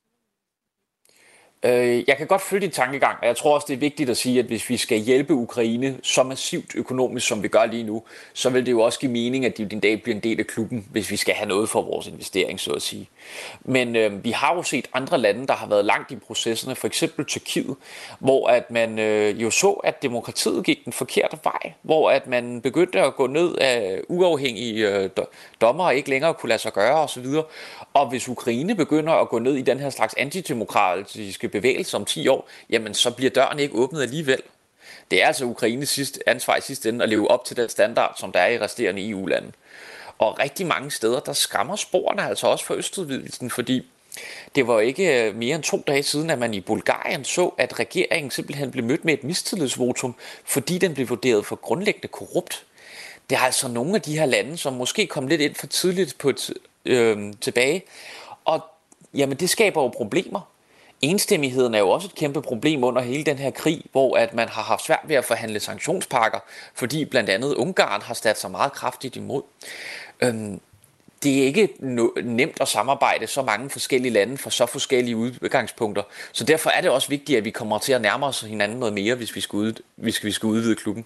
Jeg kan godt følge din tankegang, og jeg tror også, det er vigtigt at sige, at hvis vi skal hjælpe Ukraine så massivt økonomisk, som vi gør lige nu, så vil det jo også give mening, at de en dag bliver en del af klubben, hvis vi skal have noget for vores investering, så at sige. Men vi har jo set andre lande, der har været langt i processerne, for eksempel Tyrkiet, hvor at man jo så, at demokratiet gik den forkerte vej, hvor at man begyndte at gå ned af uafhængige dommer og ikke længere kunne lade sig gøre osv. Og hvis Ukraine begynder at gå ned i den her slags antidemokratiske bevægelse om 10 år, jamen så bliver døren ikke åbnet alligevel. Det er altså Ukraines ansvar i sidste ende at leve op til den standard, som der er i resterende EU-lande. Og rigtig mange steder, der skræmmer sporene altså også for østudvidelsen, fordi det var ikke mere end 2 dage siden, at man i Bulgarien så, at regeringen simpelthen blev mødt med et mistillidsvotum, fordi den blev vurderet for grundlæggende korrupt. Det er altså nogle af de her lande, som måske kom lidt ind for tidligt på tilbage, og jamen det skaber jo problemer. Enstemmigheden er jo også et kæmpe problem under hele den her krig, hvor at man har haft svært ved at forhandle sanktionspakker, fordi blandt andet Ungarn har sat sig meget kraftigt imod. Det er ikke nemt at samarbejde så mange forskellige lande for så forskellige udgangspunkter, så derfor er det også vigtigt, at vi kommer til at nærme os hinanden noget mere, hvis vi skal udvide klubben.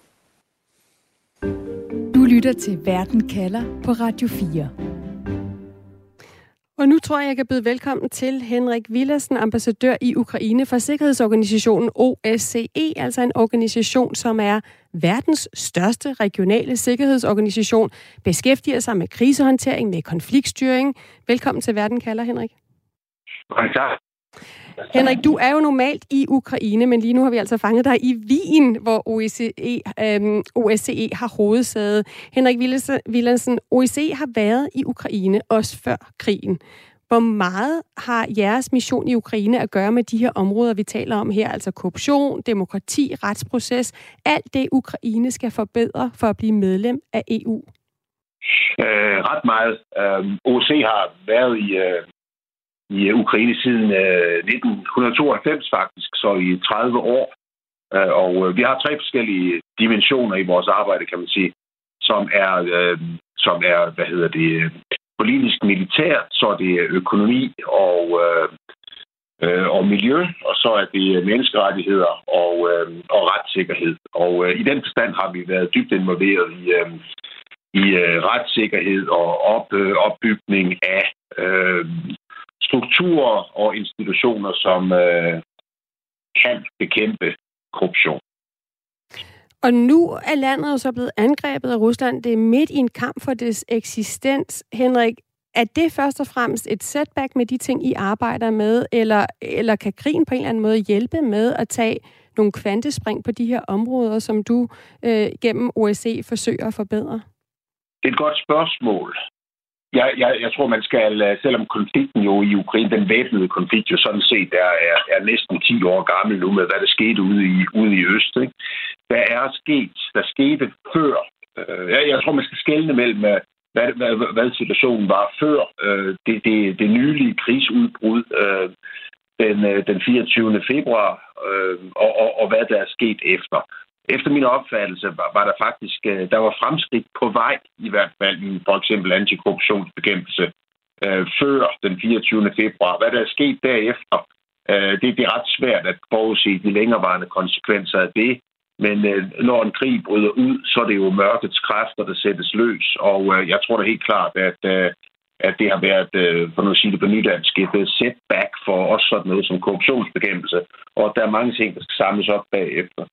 Du lytter til Verden kalder på Radio 4. Og nu tror jeg kan byde velkommen til Henrik Villadsen, ambassadør i Ukraine for sikkerhedsorganisationen OSCE, altså en organisation, som er verdens største regionale sikkerhedsorganisation, beskæftiger sig med krisehåndtering, med konfliktstyring. Velkommen til Verden kalder, Henrik. Tak. Henrik, du er jo normalt i Ukraine, men lige nu har vi altså fanget dig i Wien, hvor OSCE har hovedsæde. Henrik Villadsen, OSCE har været i Ukraine også før krigen. Hvor meget har jeres mission i Ukraine at gøre med de her områder, vi taler om her, altså korruption, demokrati, retsproces, alt det Ukraine skal forbedre for at blive medlem af EU? Ret meget. OSCE har været i Ukraine siden 1992 faktisk, så i 30 år. Og vi har 3 forskellige dimensioner i vores arbejde, kan man sige, som er politisk militær, så er det økonomi og miljø, og så er det menneskerettigheder og retssikkerhed. Og i den forstand har vi været dybt involveret i retssikkerhed og opbygning af strukturer og institutioner, som kan bekæmpe korruption. Og nu er landet jo så blevet angrebet af Rusland. Det er midt i en kamp for dets eksistens. Henrik, er det først og fremmest et setback med de ting, I arbejder med, eller kan krigen på en eller anden måde hjælpe med at tage nogle kvantespring på de her områder, som du gennem OSCE forsøger at forbedre? Det er et godt spørgsmål. Jeg tror, man skal, selvom konflikten jo i Ukraine, den væbnede konflikt jo sådan set er næsten 10 år gammel nu med, hvad der skete ude i øst. Ikke? Der skete før. Jeg tror, man skal skelne mellem, hvad situationen var før det nylige krigsudbrud den 24. februar, og hvad der er sket efter. Efter min opfattelse var der faktisk der var fremskridt på vej, i hvert fald i for eksempel antikorruptionsbekæmpelse før den 24. februar. Hvad der er sket derefter, det er ret svært at forudse de længerevarende konsekvenser af det. Men når en krig bryder ud, så er det jo mørkets kræfter, der sættes løs. Og jeg tror da helt klart, at det har været, for nu at sige det på nydansk, et setback for også sådan noget som korruptionsbekæmpelse. Og der er mange ting, der skal samles op bagefter.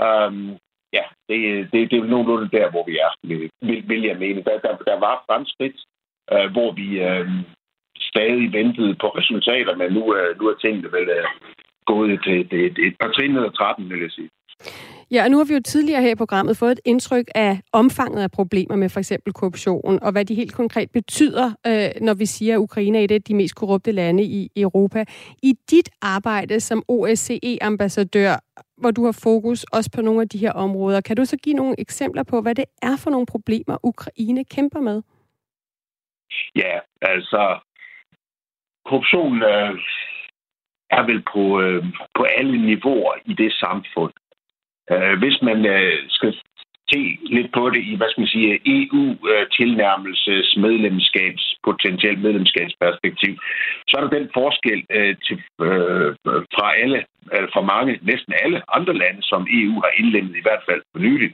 Det er nogenlunde der, hvor vi er, vil jeg mene. Der var fremskridt, hvor vi stadig ventede på resultater, men nu er tingene vel gået et par trin eller 13, vil jeg sige. Ja, og nu har vi jo tidligere her i programmet fået et indtryk af omfanget af problemer med for eksempel korruption, og hvad de helt konkret betyder, når vi siger, at Ukraine er et af de mest korrupte lande i Europa. I dit arbejde som OSCE-ambassadør, hvor du har fokus også på nogle af de her områder, kan du så give nogle eksempler på, hvad det er for nogle problemer, Ukraine kæmper med? Ja, altså korruption er vel på alle niveauer i det samfund. Hvis man skal se lidt på det i, hvad skal man sige, EU-tilnærmelses potentielt medlemskabsperspektiv, så er der den forskel fra mange, næsten alle andre lande, som EU har indlemmet, i hvert fald for nyligt,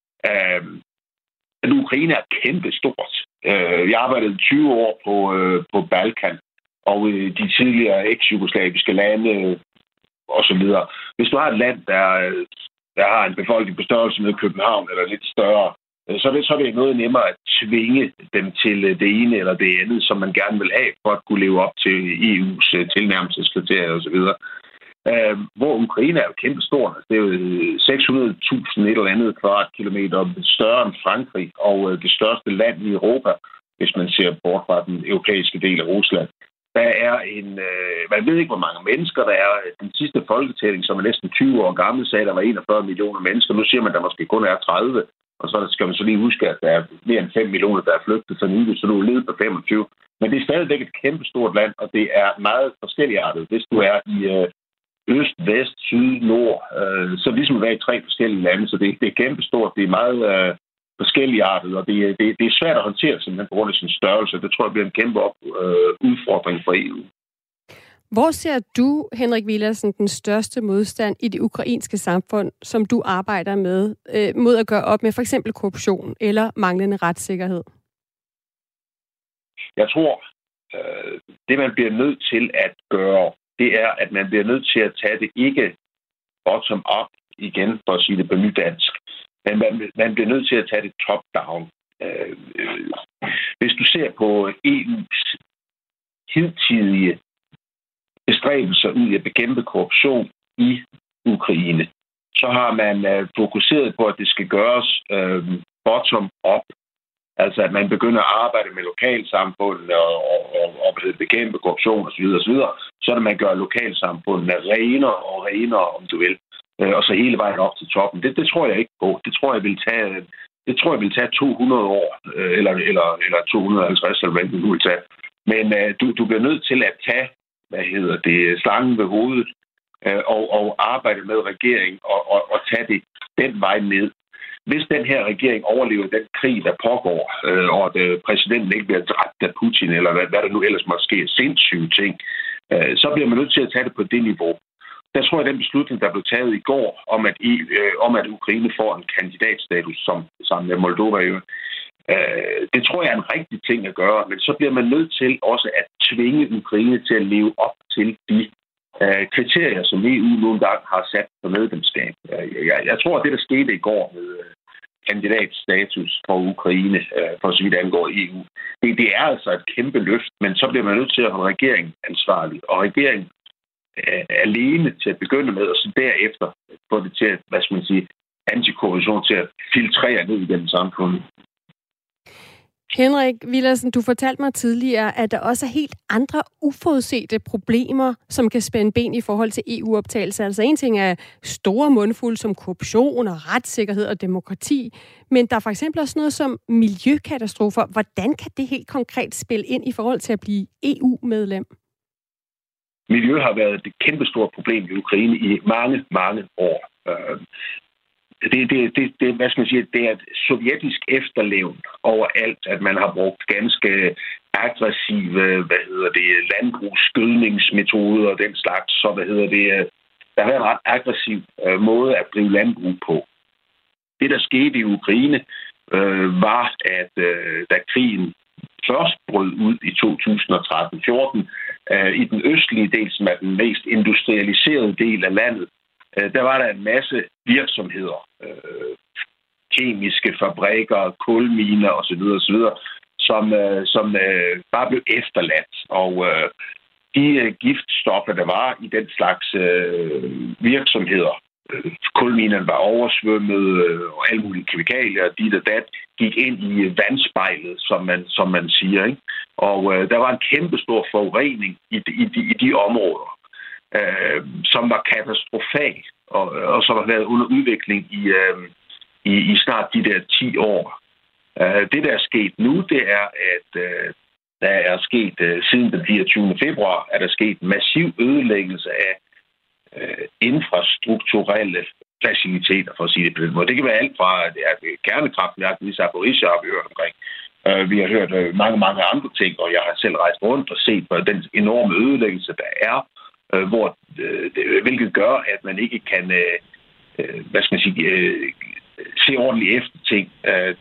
at Ukraine er kæmpestort. Jeg arbejdede 20 år på Balkan, og de tidligere eks-jugoslaviske lande og så videre. Hvis du har et land, der har en befolkning på størrelse med København eller lidt større, så er det noget nemmere at tvinge dem til det ene eller det andet, som man gerne vil have, for at kunne leve op til EU's tilnærmelseskriterier og så videre. Hvor Ukraine er jo kæmpestort. Det er jo 600.000 et eller andet kvadratkilometer større end Frankrig, og det største land i Europa, hvis man ser bort fra den europæiske del af Rusland. Der er man ved ikke, hvor mange mennesker der er. Den sidste folketælling, som er næsten 20 år gammel, sagde, der var 41 millioner mennesker. Nu siger man, der måske kun er 30. Og så skal man så lige huske, at der er mere end 5 millioner, der er flygtet for nylig, så du er ledet på 25. Men det er stadigvæk et kæmpestort land, og det er meget forskelligartet. Hvis du er i øst, vest, syd, nord, så ligesom at være i 3 forskellige lande. Så det er kæmpestort. Det er meget forskelligartet, og det er svært at håndtere simpelthen på grund af sin størrelse. Det tror jeg bliver en kæmpe udfordring for EU. Hvor ser du, Henrik Villadsen, den største modstand i det ukrainske samfund, som du arbejder med, mod at gøre op med for eksempel korruption eller manglende retssikkerhed? Jeg tror, det man bliver nødt til at gøre, det er, at man bliver nødt til at tage det ikke bottom up igen, for at sige det på nydansk. Men man bliver nødt til at tage det top-down. Hvis du ser på EU's hidtidige bestræbelser ud i at bekæmpe korruption i Ukraine, så har man fokuseret på, at det skal gøres bottom-up. Altså, at man begynder at arbejde med lokalsamfundene og bekæmpe korruption osv. Så at man gør lokalsamfundene renere, om du vil. Og så hele vejen op til toppen. Det tror jeg ikke på. Det tror jeg vil tage 200 år, eller 250, eller hvad det nu vil tage. Men du bliver nødt til at tage, slangen ved hovedet, og arbejde med regeringen, og tage det den vej ned. Hvis den her regering overlever den krig, der pågår, og at præsidenten ikke bliver dræbt af Putin, eller hvad der nu ellers måtte ske, sindssyge ting, så bliver man nødt til at tage det på det niveau. Der tror jeg, at den beslutning, der blev taget i går, om at Ukraine får en kandidatstatus sammen med Moldova, det tror jeg er en rigtig ting at gøre. Men så bliver man nødt til også at tvinge Ukraine til at leve op til de kriterier, som EU nogle gange har sat for medlemskab. Jeg tror, at det, der skete i går med kandidatstatus for Ukraine, for så vidt angår EU, det er altså et kæmpe løft, men så bliver man nødt til at holde regeringen ansvarlig, og regeringen alene til at begynde med, og så derefter få det til at, antikorruption til at filtrere ned i den samfund. Henrik Villadsen, du fortalte mig tidligere, at der også er helt andre uforudsete problemer, som kan spænde ben i forhold til EU-optagelse. Altså en ting er store mundfulde som korruption og retssikkerhed og demokrati, men der er for eksempel også noget som miljøkatastrofer. Hvordan kan det helt konkret spille ind i forhold til at blive EU-medlem? Miljø har været et kæmpestort problem i Ukraine i mange, mange år. Det er et sovjetisk efterlevn overalt, at man har brugt ganske aggressive, landbrugsgødningsmetoder og den slags. Så der har været en ret aggressiv måde at drive landbrug på. Det, der skete i Ukraine, var, at da krigen først brød ud i 2013-14, i den østlige del, som er den mest industrialiserede del af landet, der var der en masse virksomheder, kemiske fabrikker, kulminer osv., som bare blev efterladt. Og de giftstoffer, der var i den slags virksomheder, kulminerne var oversvømmet, og alle mulige kemikalier, dit og dat, gik ind i vandspejlet, som man siger. Ikke? Og der var en kæmpestor forurening i de områder, som var katastrofal, og som har været under udvikling i snart de der 10 år. Det, der er sket nu, det er, at der er sket siden den 24. februar, er der sket massiv ødelæggelse af infrastrukturelle faciliteter, for at sige det på den måde. Det kan være alt fra kernekraftværk, i Zaporizhzhia har vi hørt omkring. Vi har hørt mange, mange andre ting, og jeg har selv rejst rundt og set på den enorme ødelæggelse, der er, hvilket gør, at man ikke kan se ordentligt efter ting,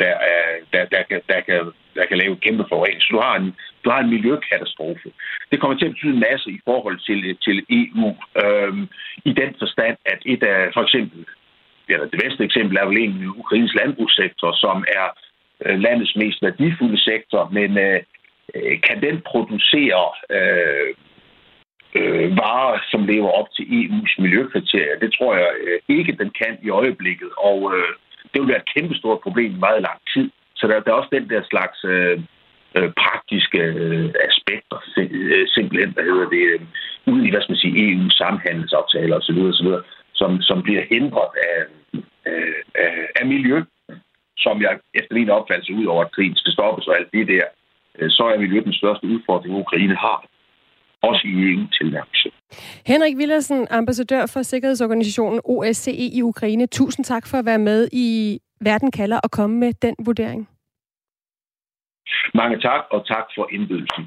der kan lave kæmpe forurening. Så du har en miljøkatastrofe. Det kommer til at betyde en masse i forhold til EU, i den forstand, at et af, for eksempel, det bedste eksempel er vel egentlig Ukraines landbrugssektor, som er landets mest værdifulde sektor, men kan den producere varer, som lever op til EU's miljøkriterier? Det tror jeg ikke, den kan i øjeblikket, og det vil være et kæmpestort problem i meget lang tid. Så der er også den der slags praktiske aspekter, simpelthen, ude i, EU's samhandelsaftaler osv., som bliver hindret af miljø, som jeg efter min opfattelse, ud over at krigen skal stoppes og alt det der, så er miljø den største udfordring, Ukraine har. Også i EU-tilnærmelse. Henrik Villadsen, ambassadør for sikkerhedsorganisationen OSCE i Ukraine. Tusind tak for at være med i Verden kalder og komme med den vurdering. Mange tak, og tak for indbydelsen.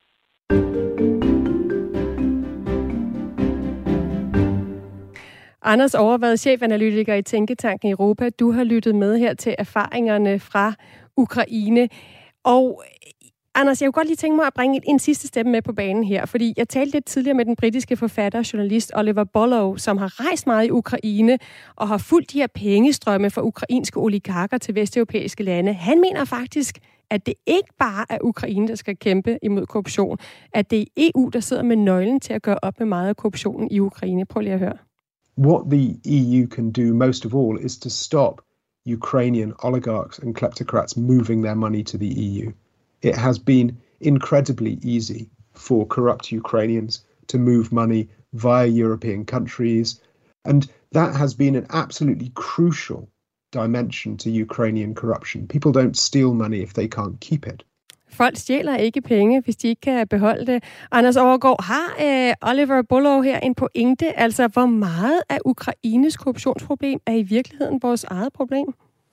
Anders Overvad, chefanalytiker i Tænketanken Europa. Du har lyttet med her til erfaringerne fra Ukraine. Og Anders, jeg kunne godt lige tænke mig at bringe en sidste stemme med på banen her, fordi jeg talte lidt tidligere med den britiske forfatter og journalist Oliver Bullough, som har rejst meget i Ukraine og har fulgt de her pengestrømme fra ukrainske oligarker til vesteuropæiske lande. Han mener faktisk, at det ikke bare er Ukraine, der skal kæmpe imod korruption, at det er EU, der sidder med nøglen til at gøre op med meget af korruptionen i Ukraine. Prøv lige at høre. What the EU can do most of all is to stop Ukrainian oligarchs and kleptocrats moving their money to the EU. It has been incredibly easy for corrupt Ukrainians to move money via European countries, and that has been an absolutely crucial dimension to Ukrainian corruption. People don't steal money if they can't keep it. Folk stjæler ikke penge, hvis de ikke kan beholde det. Anders Overgaard, har Oliver Bullough her en pointe? Altså, hvor meget af Ukraines korruptionsproblem er i virkeligheden vores eget problem?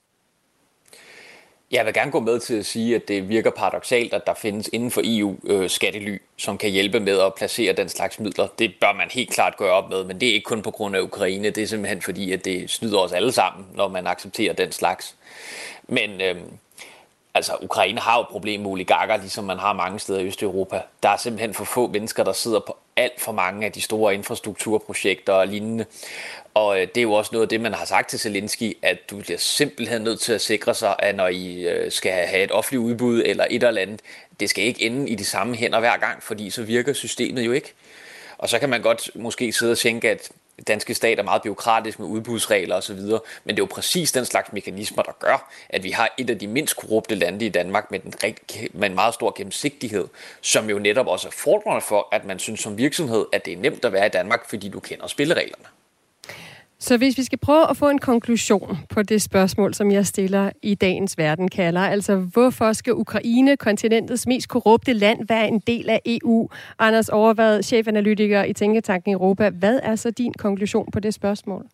Jeg vil gerne gå med til at sige, at det virker paradoksalt, at der findes inden for EU skattely, som kan hjælpe med at placere den slags midler. Det bør man helt klart gøre op med, men det er ikke kun på grund af Ukraine. Det er simpelthen fordi, at det snyder os alle sammen, når man accepterer den slags. Men Ukraine har jo et problem med oligarker, ligesom man har mange steder i Østeuropa. Der er simpelthen for få mennesker, der sidder på alt for mange af de store infrastrukturprojekter og lignende. Og det er jo også noget af det, man har sagt til Zelensky, at du bliver simpelthen nødt til at sikre sig, at når I skal have et offentligt udbud eller et eller andet, det skal ikke ende i de samme hænder hver gang, fordi så virker systemet jo ikke. Og så kan man godt måske sidde og tænke, at danske stat er meget bureaukratisk med udbudsregler osv., men det er jo præcis den slags mekanismer, der gør, at vi har et af de mindst korrupte lande i Danmark med en meget stor gennemsigtighed, som jo netop også er fordrende for, at man synes som virksomhed, at det er nemt at være i Danmark, fordi du kender spillereglerne. Så hvis vi skal prøve at få en konklusion på det spørgsmål, som jeg stiller i dagens Verden kalder, altså hvorfor skal Ukraine, kontinentets mest korrupte land, være en del af EU? Anders Overvad, chefanalytiker i Tænketanken Europa. Hvad er så din konklusion på det spørgsmål?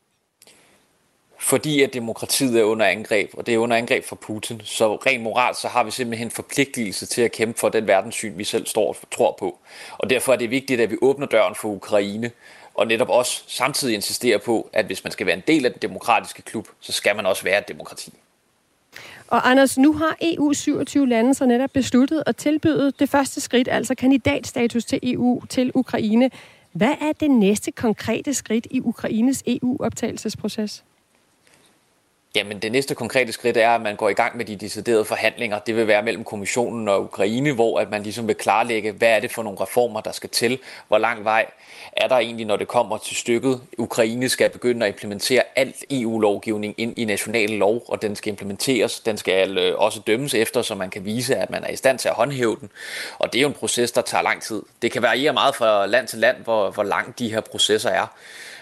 Fordi at demokratiet er under angreb, og det er under angreb fra Putin, så rent moral, så har vi simpelthen en forpligtelse til at kæmpe for den verdenssyn, vi selv tror på. Og derfor er det vigtigt, at vi åbner døren for Ukraine, og netop også samtidig insisterer på, at hvis man skal være en del af den demokratiske klub, så skal man også være et demokrati. Og Anders, nu har EU 27 lande så netop besluttet at tilbyde det første skridt, altså kandidatstatus til EU til Ukraine. Hvad er det næste konkrete skridt i Ukraines EU-optagelsesproces? Jamen, det næste konkrete skridt er, at man går i gang med de deciderede forhandlinger. Det vil være mellem kommissionen og Ukraine, hvor at man ligesom vil klarlægge, hvad er det for nogle reformer, der skal til? Hvor lang vej er der egentlig, når det kommer til stykket? Ukraine skal begynde at implementere alt EU-lovgivning ind i national lov, og den skal implementeres. Den skal også dømmes efter, så man kan vise, at man er i stand til at håndhæve den. Og det er jo en proces, der tager lang tid. Det kan variere meget fra land til land, hvor lang de her processer er.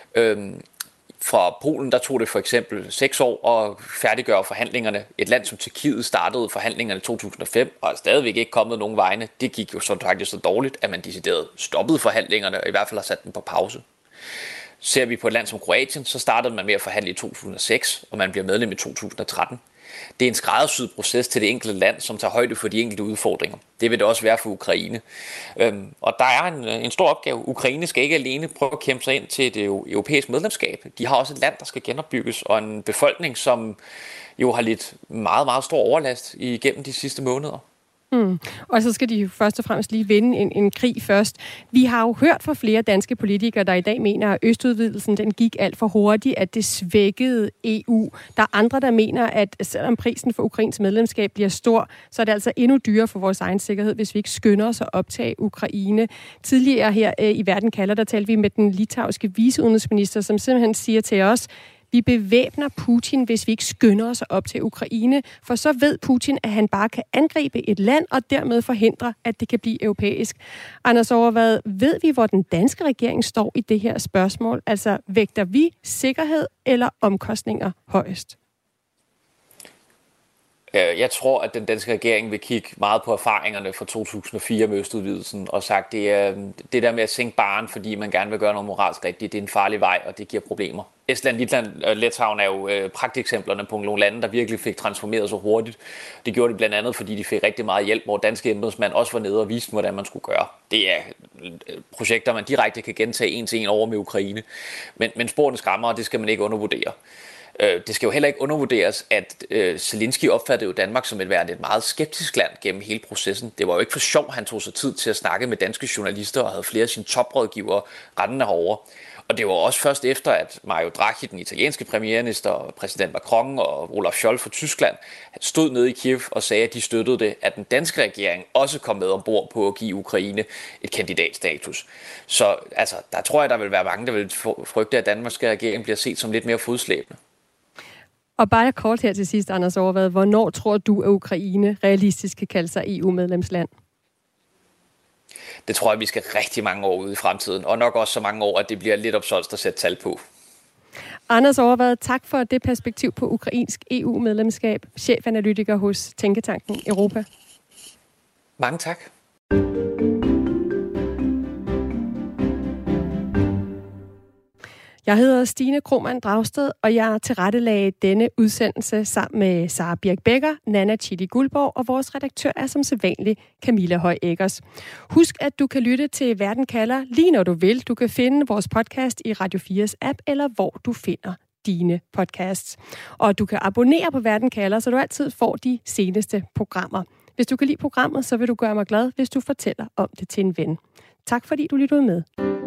Fra Polen, der tog det for eksempel 6 år at færdiggøre forhandlingerne. Et land som Tjekkiet startede forhandlingerne i 2005, og er stadigvæk ikke kommet nogen vegne. Det gik jo så faktisk så dårligt, at man decideret stoppede forhandlingerne, og i hvert fald har sat dem på pause. Ser vi på et land som Kroatien, så startede man med at forhandle i 2006, og man bliver medlem i 2013. Det er en skræddersyet proces til det enkelte land, som tager højde for de enkelte udfordringer. Det vil det også være for Ukraine. Og der er en stor opgave. Ukraine skal ikke alene prøve at kæmpe sig ind til det europæiske medlemskab. De har også et land, der skal genopbygges, og en befolkning, som jo har lidt meget, meget stor overlast igennem de sidste måneder. Og så skal de jo først og fremmest lige vinde en krig først. Vi har jo hørt fra flere danske politikere, der i dag mener, at østudvidelsen den gik alt for hurtigt, at det svækkede EU. Der er andre, der mener, at selvom prisen for Ukrains medlemskab bliver stor, så er det altså endnu dyrere for vores egen sikkerhed, hvis vi ikke skynder os at optage Ukraine. Tidligere her i Verden kalder, der talte vi med den litauiske viceudenrigsminister, som simpelthen siger til os, vi bevæbner Putin, hvis vi ikke skynder os op til Ukraine, for så ved Putin, at han bare kan angribe et land og dermed forhindre, at det kan blive europæisk. Anders Overvad, ved vi, hvor den danske regering står i det her spørgsmål? Altså, vægter vi sikkerhed eller omkostninger højest? Jeg tror, at den danske regering vil kigge meget på erfaringerne fra 2004 med østudvidelsen og sagt, det er det der med at sænke barren, fordi man gerne vil gøre noget moralsk rigtigt, det er en farlig vej, og det giver problemer. Estland, Letland og Litauen er jo pragteksemplerne på nogle lande, der virkelig fik transformeret så hurtigt. Det gjorde de blandt andet, fordi de fik rigtig meget hjælp, hvor danske embedsmænd også var nede og viste, hvordan man skulle gøre. Det er projekter, man direkte kan gentage en til en over med Ukraine. Men sporene skræmmer, og det skal man ikke undervurdere. Det skal jo heller ikke undervurderes, at Zelensky opfattede jo Danmark som et meget skeptisk land gennem hele processen. Det var jo ikke for sjov, han tog sig tid til at snakke med danske journalister og havde flere af sine toprådgivere rendende herovre. Og det var også først efter, at Mario Draghi, den italienske premierminister, præsident Macron og Olaf Scholz fra Tyskland, stod nede i Kiev og sagde, at de støttede det, at den danske regering også kom med ombord på at give Ukraine et kandidatstatus. Så altså, der tror jeg, der vil være mange, der vil frygte, at Danmarks regering bliver set som lidt mere fodslæbende. Og bare kort her til sidst, Anders Overvad, hvornår tror du, at Ukraine realistisk kan kalde sig EU-medlemsland? Det tror jeg, vi skal rigtig mange år ude i fremtiden, og nok også så mange år, at det bliver lidt opsolgt at sætte tal på. Anders Overvad, tak for det perspektiv på ukrainsk EU-medlemskab, chefanalytiker hos Tænketanken Europa. Mange tak. Jeg hedder Stine Krohmann Dragsted, og jeg tilrettelagde denne udsendelse sammen med Sara Birk Becker, Nana Chidi Guldborg, og vores redaktør er som sædvanlig Camilla Høj Eggers. Husk, at du kan lytte til Verden kalder lige når du vil. Du kan finde vores podcast i Radio 4's app, eller hvor du finder dine podcasts. Og du kan abonnere på Verden kalder, så du altid får de seneste programmer. Hvis du kan lide programmet, så vil du gøre mig glad, hvis du fortæller om det til en ven. Tak fordi du lyttede med.